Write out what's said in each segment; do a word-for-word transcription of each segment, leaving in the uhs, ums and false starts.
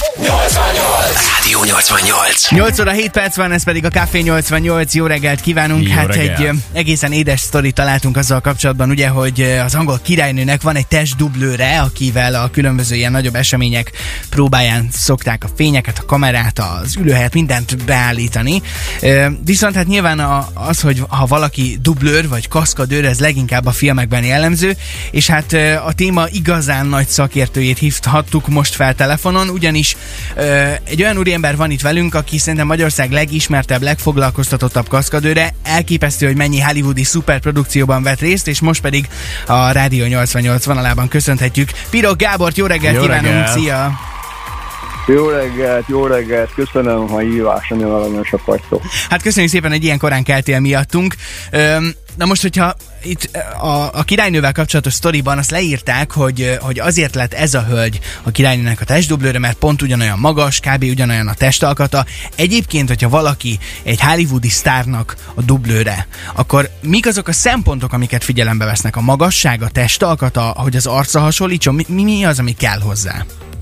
nyolcvannyolc Rádió nyolcvannyolc nyolc óra hét perc van, ez pedig a Café nyolcvannyolc. Jó reggelt kívánunk. Jó hát reggelt. egy egészen édes sztorit találtunk azzal kapcsolatban, ugye, hogy az angol királynőnek van egy testdublőre, akivel a különböző ilyen nagyobb események próbáján szokták a fényeket, a kamerát, az ülőhelyet, mindent beállítani. Viszont hát nyilván az, hogy ha valaki dublőr vagy kaszkadőr, ez leginkább a filmekben jellemző, és hát a téma igazán nagy szakértőjét hívhattuk most fel telefonon, ugyanis egy olyan úriember van itt velünk, aki szerintem Magyarország legismertebb, legfoglalkoztatottabb kaszkadőre. Elképesztő, hogy mennyi hollywoodi szuperprodukcióban vett részt, és most pedig a Rádió nyolcvannyolc vonalában köszönhetjük Pirog Gábort. Jó reggelt Jó kívánunk, reggelt. szia! Jó reggelt, jó reggelt, köszönöm, ha hívás, nagyon aranyosak vagytok. Hát köszönjük szépen, hogy ilyen korán keltél miattunk. Öm, na most, hogyha itt a, a királynővel kapcsolatos sztoriban azt leírták, hogy, hogy azért lett ez a hölgy a királynőnek a testdublőre, mert pont ugyanolyan magas, kb. Ugyanolyan a testalkata. Egyébként, hogyha valaki egy hollywoodi sztárnak a dublőre, akkor mik azok a szempontok, amiket figyelembe vesznek? A magasság, a testalkata, hogy az arca hasonlítson? Mi, mi az, ami kell hozzá?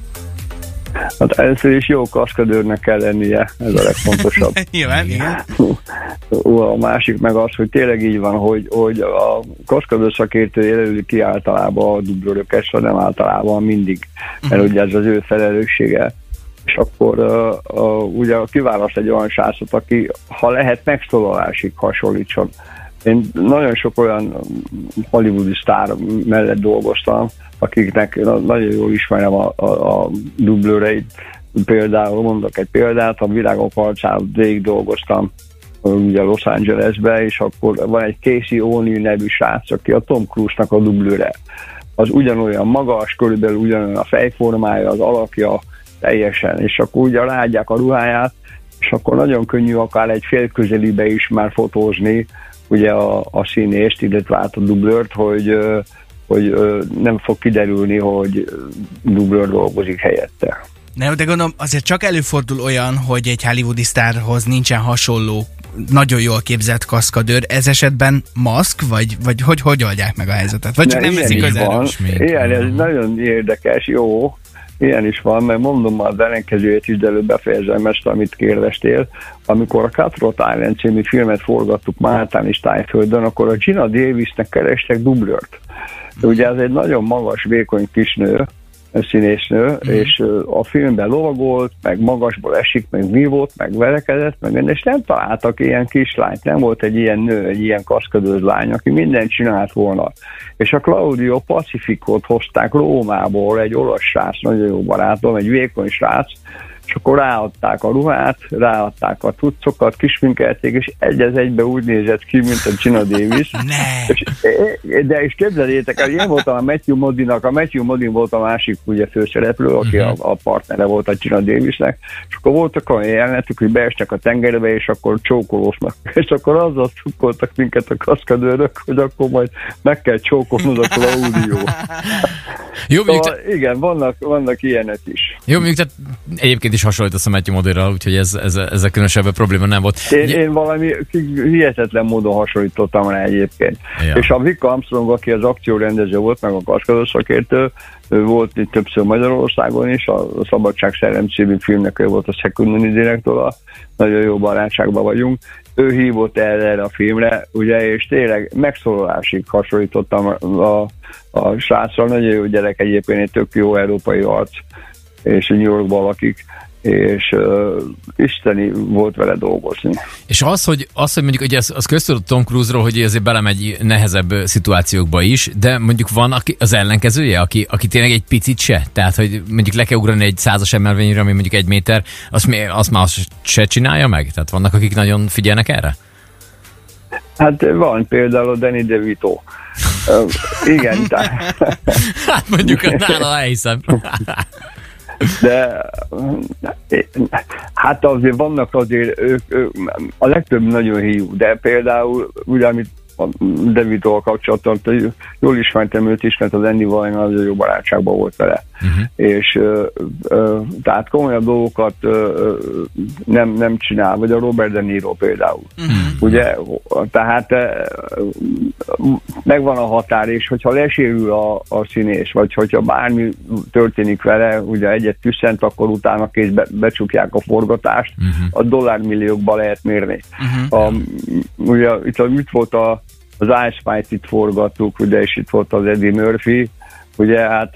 Hát először is jó kaszkadőrnek kell lennie, ez a legfontosabb. Nyilván, igen. A másik meg az, hogy tényleg így van, hogy, hogy a kaszkadőr szakértő jelöli ki általában a dublőröket, szóval nem általában mindig, mert ugye ez az ő felelőssége. És akkor uh, uh, ugye kiválaszt egy olyan srácot, aki, ha lehet, megszólalásig hasonlítson. Én nagyon sok olyan hollywoodi sztár mellett dolgoztam, akiknek nagyon jól ismerem a, a, a dublőreit. Például mondok egy példát, a Világok harcán végig dolgoztam ugye Los Angelesbe, és akkor van egy Casey O'Neill nevű srác, aki a Tom Cruise-nak a dublőre. Az ugyanolyan magas, körülbelül ugyanolyan a fejformája, az alakja teljesen, és akkor ugye ráadják a ruháját, és akkor nagyon könnyű akár egy félközelibe is már fotózni ugye a, a színészt, illetve át a dublőrt, hogy hogy ö, nem fog kiderülni, hogy dublőr dolgozik helyette. Ne, de gondolom, azért csak előfordul olyan, hogy egy hollywoodi sztárhoz nincsen hasonló, nagyon jól képzett kaszkadőr. Ez esetben maszk, vagy, vagy hogy, hogy oldják meg a helyzetet? Vagy csak ne, nem veszik közelről? Ilyen, ez nagyon érdekes, jó. Ilyen is van, mert mondom már az ellenkezőjét is, de előbb befejezem ezt, amit kérdeztél. Amikor a Cutthroat Island című filmet forgattuk Máltán és Tájföldön, akkor a Gina Davisnek kerestek dublőrt. Ugye ez egy nagyon magas, vékony kisnő, színésznő, mm. és a filmben lovagolt, meg magasból esik, meg vívott, meg verekedett, meg és nem találtak ilyen kislányt, nem volt egy ilyen nő, egy ilyen kaszkadőr lány, aki mindent csinált volna. És a Claudio Pacificot hozták Rómából, egy olasz srác, nagyon jó barátom, egy vékony srác, és akkor ráadták a ruhát, ráadták a cuccokat, kisminkelték, és egy az egybe úgy nézett ki, mint a Gina Davis. És, de és képzeljétek el, én voltam a Matthew Modine-nak, a Matthew Modine volt a másik ugye főszereplő, aki a, a partnere volt a Gina Davisnek, és akkor voltak olyan jelenetek, hogy beestek a tengerbe, és akkor csókolóznak. És akkor azzal cukkoltak minket a kaszkadőrök, hogy akkor majd meg kell csókolnod a Claudio. Jó, szóval, te... igen, vannak, vannak ilyenek is. Jó, mondjuk tehát egyébként is hasonlítasz a Matthew Modine-ra, úgyhogy ez, ez, ez a különösebb probléma nem volt. Én, én valami hihetetlen módon hasonlítottam rá egyébként. Ja. És a Vic Armstrong, aki az akciórendező volt, meg a kaszkadőr szakértő, ő volt itt többször Magyarországon is, a Szabadság Szellem című filmnek ő volt a secondary direktora, nagyon jó barátságban vagyunk. Ő hívott el erre a filmre, ugye, és tényleg megszólalásig hasonlítottam a, a, a srácra, nagyon jó gyerek egyébként, egy tök jó európai arc, és New Yorkban lakik, és uh, isteni volt vele dolgozni. És az, hogy, az, hogy mondjuk, ugye az, az köztudott Tom Cruise-ról, hogy azért belemegy nehezebb szituációkba is, de mondjuk van aki, az ellenkezője, aki, aki tényleg egy picit se, tehát, hogy mondjuk le kell ugrani egy százas emelvényre, ami mondjuk egy méter, azt, azt már se csinálja meg? Tehát vannak, akik nagyon figyelnek erre? Hát van például a Danny DeVito. uh, igen. Hát mondjuk nála elhiszem. De hát azért vannak azért, ők, ők, a legtöbb nagyon hiú, de például ugye, amit a Davidtól kapcsolatban, jól ismertem őt is, mert az Andy Vajna nagyon jó barátságban volt vele. uh-huh. és ö, ö, tehát komolyabb dolgokat ö, nem, nem csinál, vagy a Robert De Niro például. Uh-huh. Ugye, tehát ö, megvan a határ, és hogyha lesérül a, a színés, vagy hogyha bármi történik vele, ugye egyet tüsszent, akkor utána kézbe becsukják a forgatást, uh-huh. a dollármilliókba lehet mérni. Uh-huh. A, ugye itt, itt volt a, az Ice Fight-it forgattuk, ugye, és itt volt az Eddie Murphy, ugye hát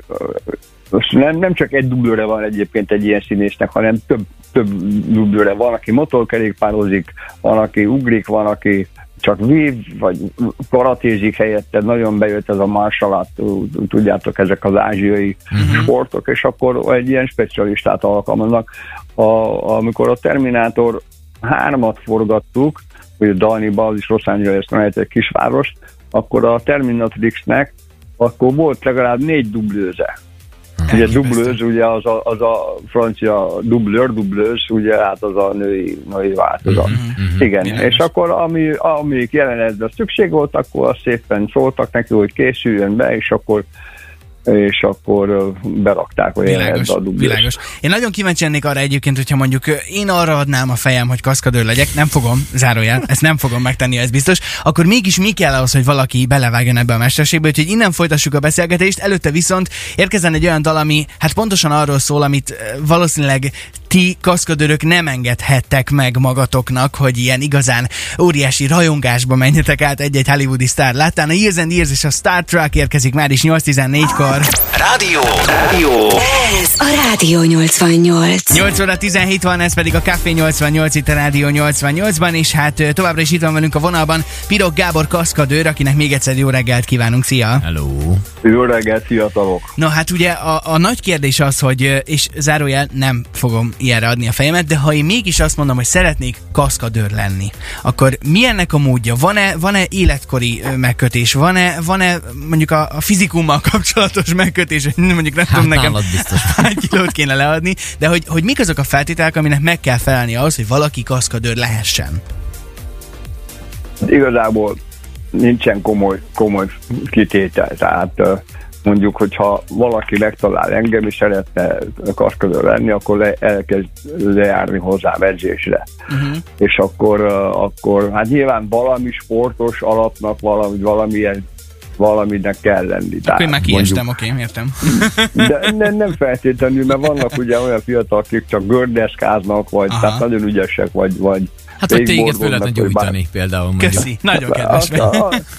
nem, nem csak egy dublőre van egyébként egy ilyen színésznek, hanem több, több dublőre van, aki motorkerékpározik, van, aki ugrik, van, aki csak vív, vagy karatézik helyette, nagyon bejött ez a martial art, tudjátok, ezek az ázsiai uh-huh. sportok, és akkor egy ilyen specialistát alkalmaznak. A, amikor a Terminátor hármat forgattuk, hogy Dalniba, az is Los Angelesben egy kisváros, akkor a Terminatrixnek akkor volt legalább négy dublőze. Ugye dublőz, ugye az a, az a francia dublőr, dublőz, ugye hát az a női, női változat. Mm-hmm. Igen, mm-hmm. és akkor ami, amíg jelenetben szükség volt, akkor azt szépen szóltak neki, hogy készüljön be, és akkor és akkor berakták a jelenetbe a dublőst. Világos. Én nagyon kíváncsi lennék arra egyébként, hogyha mondjuk én arra adnám a fejem, hogy kaszkadőr legyek, nem fogom, zárójel, ezt nem fogom megtenni, ez biztos, akkor mégis mi kell ahhoz, hogy valaki belevágjon ebbe a mesterségbe, úgyhogy innen folytassuk a beszélgetést, előtte viszont érkezzen egy olyan dal, ami hát pontosan arról szól, amit valószínűleg ti kaszkadőrök nem engedhettek meg magatoknak, hogy ilyen igazán óriási rajongásba menjetek át egy-egy hollywoodi sztár láttán. A Years and Years és a Star Trek érkezik már is nyolc tizennégy-kor. Rádió! Rádió! Ez a Rádió nyolcvannyolc. nyolc óra tizenhét van, ez pedig a Café nyolcvannyolc itt a Rádió nyolcvannyolcban, és hát továbbra is itt van velünk a vonalban Pirog Gábor kaszkadőr, akinek még egyszer jó reggelt kívánunk. Szia! Hello! Jó reggelt, fiatalok! No hát ugye a, a nagy kérdés az, hogy, és zárójel nem fogom ilyenre adni a fejemet, de ha én mégis azt mondom, hogy szeretnék kaszkadőr lenni, akkor mi ennek a módja? Van-e, van-e életkori megkötés? Van-e, van-e mondjuk a, a fizikummal kapcsolatos megkötés? Mondjuk nem hát tudom nekem hány kilót kéne leadni, de hogy, hogy mik azok a feltételek, aminek meg kell felelni ahhoz, hogy valaki kaszkadőr lehessen? Igazából nincsen komoly, komoly kitétel, tehát mondjuk, hogyha valaki megtalál engem és szeretne kaszkadőr lenni, akkor le, elkezd lejárni hozzám edzésre. Uh-huh. És akkor, akkor hát nyilván valami sportos alapnak valami, valamilyen valaminek kell lenni. Akkor én már kiestem, oké, okay, értem. De ne, nem feltétlenül, mert vannak ugye olyan fiatal, akik csak gördeszkáznak, vagy aha. tehát nagyon ügyesek, vagy, vagy hát, hogy téged föl lehetne gyújtani bár... például. Mondjuk. Köszi, nagyon kedves vagy.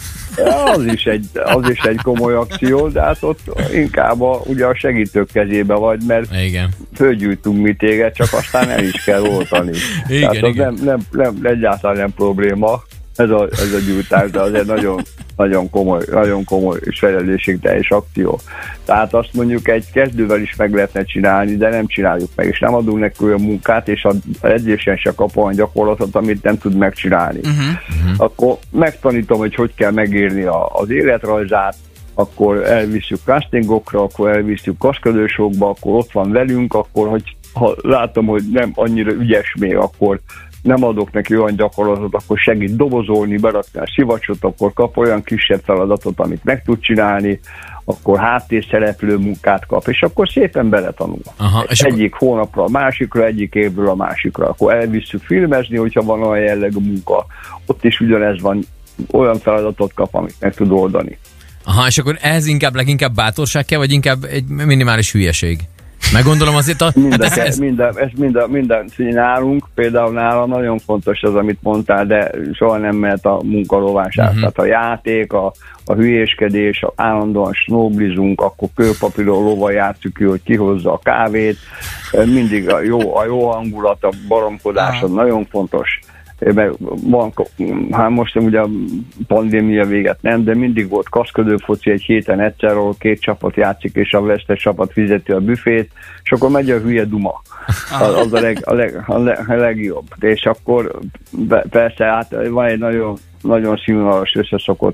Az is, egy, az is egy komoly akció, de hát ott inkább a, ugye a segítők kezébe vagy, mert igen. Fölgyújtunk mi téged, csak aztán el is kell oltani. Igen, tehát az igen. Nem, nem, nem, egyáltalán nem probléma ez a, ez a gyújtás, de azért nagyon, nagyon komoly, nagyon komoly és felelősségteljes akció. Tehát azt mondjuk egy kezdővel is meg lehetne csinálni, de nem csináljuk meg, és nem adunk neki olyan munkát, és az edzésen se kap olyan gyakorlatot, amit nem tud megcsinálni. Uh-huh. Uh-huh. Akkor megtanítom, hogy hogy kell megírni a, az életrajzát, akkor elviszük castingokra, akkor elviszük kaszkadőrsokba, akkor ott van velünk, akkor hogy ha látom, hogy nem annyira ügyes még, akkor nem adok neki olyan gyakorlatot, akkor segít dobozolni, berakni a szivacsot, akkor kap olyan kisebb feladatot, amit meg tud csinálni, akkor háttérszereplő munkát kap, és akkor szépen beletanul. Aha, és egyik akkor... hónapra a másikra, egyik évről a másikra. Akkor elvisszük filmezni, hogyha van olyan jellegű munka. Ott is ugyanez van, olyan feladatot kap, amit meg tud oldani. Aha, és akkor ez inkább leginkább bátorság kell, vagy inkább egy minimális hülyeség? Meg gondolom azért a... Minden, hát ez, ez... Minden, ez minden, minden nálunk, például nálam nagyon fontos az, amit mondtál, de soha nem mehet a munkarovását. Uh-huh. Tehát a játék, a, a hülyéskedés, a állandóan snoblizunk, akkor kőpapíron lóval játsszuk ki, hogy kihozza a kávét. Mindig a jó, a jó hangulat, a baromkodás, az nagyon fontos. Van, hát most ugye a pandémia véget nem, de mindig volt kaszkadőrfoci egy héten egyszer, ahol két csapat játszik, és a vesztes csapat fizeti a büfét, és akkor megy a hülye duma. Az, az a, leg, a, leg, a, leg, a legjobb. És akkor persze hát van egy nagyon, nagyon színvonalas összeszokott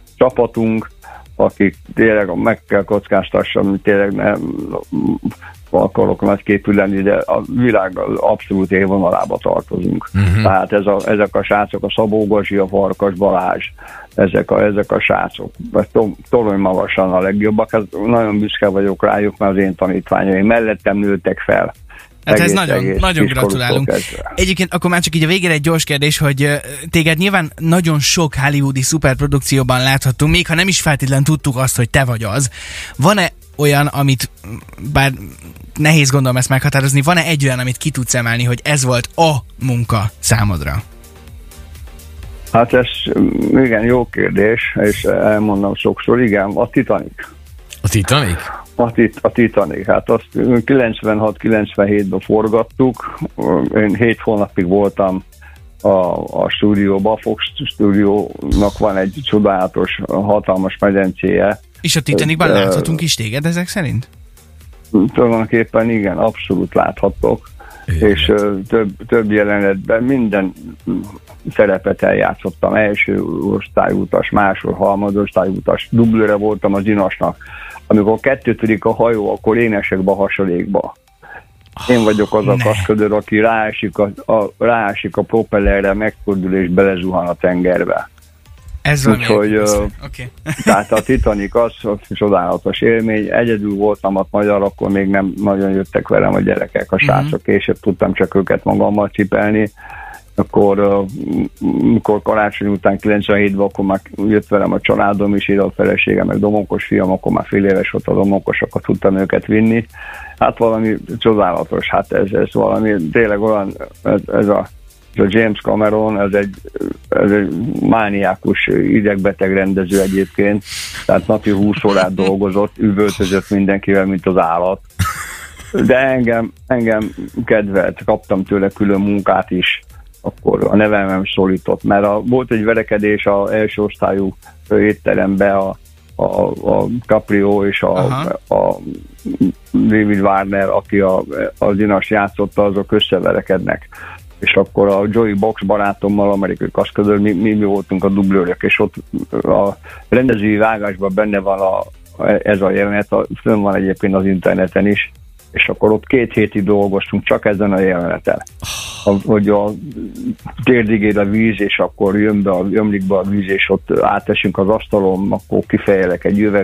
csapatunk, akik tényleg meg kell kockáztassam, tényleg nem, akarok nagyképű lenni, de a világ abszolút élvonalába tartozunk. Uh-huh. Tehát ez a, ezek a srácok, a Szabó Gazsi, a Farkas Balázs, ezek a, ezek a srácok, to, torony magasan a legjobbak, hát nagyon büszke vagyok rájuk, mert az én tanítványaim mellettem nőttek fel. Hát egész, ez nagyon, egész nagyon gratulálunk. Kezdve. Egyébként akkor már csak így a végére egy gyors kérdés, hogy téged nyilván nagyon sok hollywoodi szuperprodukcióban láthattunk, még ha nem is feltétlenül tudtuk azt, hogy te vagy az. Van-e olyan, amit, bár nehéz gondolom ezt meghatározni, van-e egy olyan, amit ki tudsz emelni, hogy ez volt a munka számodra? Hát ez igen, jó kérdés, és elmondom sokszor, igen, a Titanic. A Titanic? A, tit, a Titanic, hát azt kilencvenhat kilencvenhétben forgattuk, én hét hónapig voltam a, a stúdióban, a Fox stúdiónak van egy csodálatos, hatalmas medencéje. És a Titanicban uh, láthatunk is téged ezek szerint? Tulajdonképpen igen, abszolút láthatok. Igen. És uh, több, több jelenetben minden szerepet eljátszottam. Első osztályutas, másod, harmadosztályutas, dublőre voltam az Inasnak. Amikor kettőtödik a hajó, akkor én esek be a hasadékba. Én vagyok az a kaszkadőr, aki ráesik a, a, ráesik a propellerre, megfordul és belezuhan a tengerbe. Ez van. Úgyhogy, uh, okay. Tehát a Titanic az, az csodálatos élmény. Egyedül voltam ott magyar, akkor még nem nagyon jöttek velem a gyerekek, a srácok, mm-hmm. később tudtam csak őket magammal cipelni. Akkor, uh, mikor karácsony után kilencvenhétben, akkor már jött velem a családom is, ide a feleségem, meg domokos fiam, akkor már fél éves volt a domokos, akkor tudtam őket vinni. Hát valami csodálatos, hát ez, ez valami tényleg olyan, ez, ez a a James Cameron, ez egy, ez egy mániákus idegbeteg rendező egyébként, tehát napi húsz órát dolgozott, üvöltözött mindenkivel, mint az állat. De engem, engem kedvelt, kaptam tőle külön munkát is, akkor a nevemem szólított, mert a, volt egy verekedés az első osztályú étterembe, a, a, a Caprio és a, a David Warner, aki a, az Inas játszotta, azok összeverekednek. És akkor a Joey Box barátommal, amerikai kaszkadőr, mi, mi, mi voltunk a dublőrök, és ott a rendezői vágásban benne van a, ez a jelenet, a, fönn van egyébként az interneten is, és akkor ott két hétig dolgoztunk csak ezen a jeleneten. A, hogy a térdig ér a víz, és akkor jön be a, ömlik be a víz, és ott átesünk az asztalon, akkor kifejelek egy üveg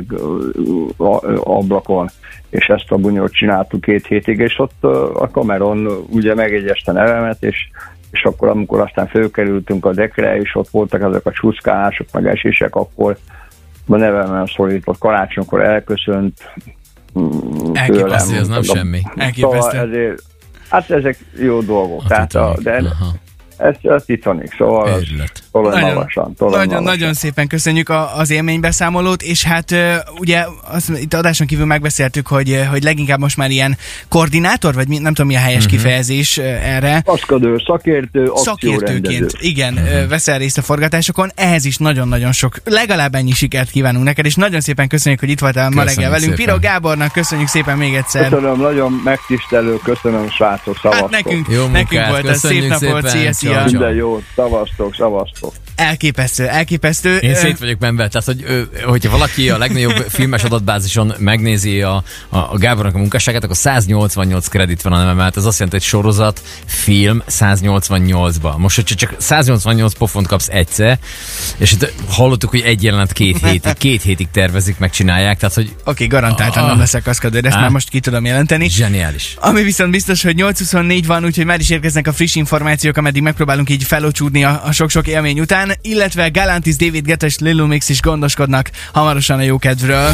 ablakon, és ezt a bunyót csináltuk két hétig, és ott a Cameron ugye megjegyezte nevemet, és, és akkor amikor aztán fölkerültünk a dekre, és ott voltak ezek a csúszkálások, meg esések, akkor a nevemben szólított, karácsonykor elköszönt. Elképesztő, ez nem semmi. Szóval ezért, hát ezek jó dolgok. A tehát a, de ez, ez Titanic, szóval az tolaj magasan. Nagyon, nagyon szépen köszönjük a, az élménybeszámolót, és hát uh, ugye azt, itt adáson kívül megbeszéltük, hogy, hogy leginkább most már ilyen koordinátor, vagy mi, nem tudom mi a helyes uh-huh. kifejezés uh, erre. Kaszkadőr, szakértő, Szakértőként, igen, uh-huh. veszel részt a forgatásokon, ehhez is nagyon-nagyon sok, legalább ennyi sikert kívánunk neked, és nagyon szépen köszönjük, hogy itt voltál ma reggel velünk. Piro Gábornak köszönjük szépen még egyszer. Köszönöm, nagyon megtisztelő, köszönöm, srácok, szavaztok. Hát nekünk, nekünk volt ez, szép napot, szia, szia. Minden jó, szavaztok, szavaztok. Elképesztő, elképesztő. Én szét vagyok menve, tehát hogy, hogyha valaki a legnagyobb filmes adatbázison megnézi a, a, a Gábornak a munkásságát, akkor száznyolcvannyolc kredit van a neve, mert ez azt jelenti, hogy sorozat, film száznyolcvannyolcban. Most, hogyha csak száznyolcvannyolc pofont kapsz egyszer, és itt hallottuk, hogy egy jelenet két hétig, két hétig tervezik, megcsinálják, tehát hogy... Oké, okay, garantáltan ah, nem leszek kaszkadőr, ezt ah, már most ki tudom jelenteni. Zseniális. Ami viszont biztos, hogy nyolc huszonnégy van, úgyhogy már is érkeznek a friss információk, ameddig megpróbálunk így felocsúdni a, a sok-sok élmény után, illetve Galantis, David Guetta és Lil Mix is gondoskodnak hamarosan a jókedvről.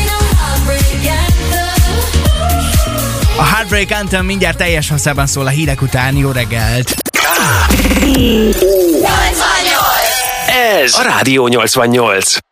A Heartbreak Anthem mindjárt teljes hosszában szól a hírek után. Jó reggelt! Ez a Rádió nyolcvannyolc.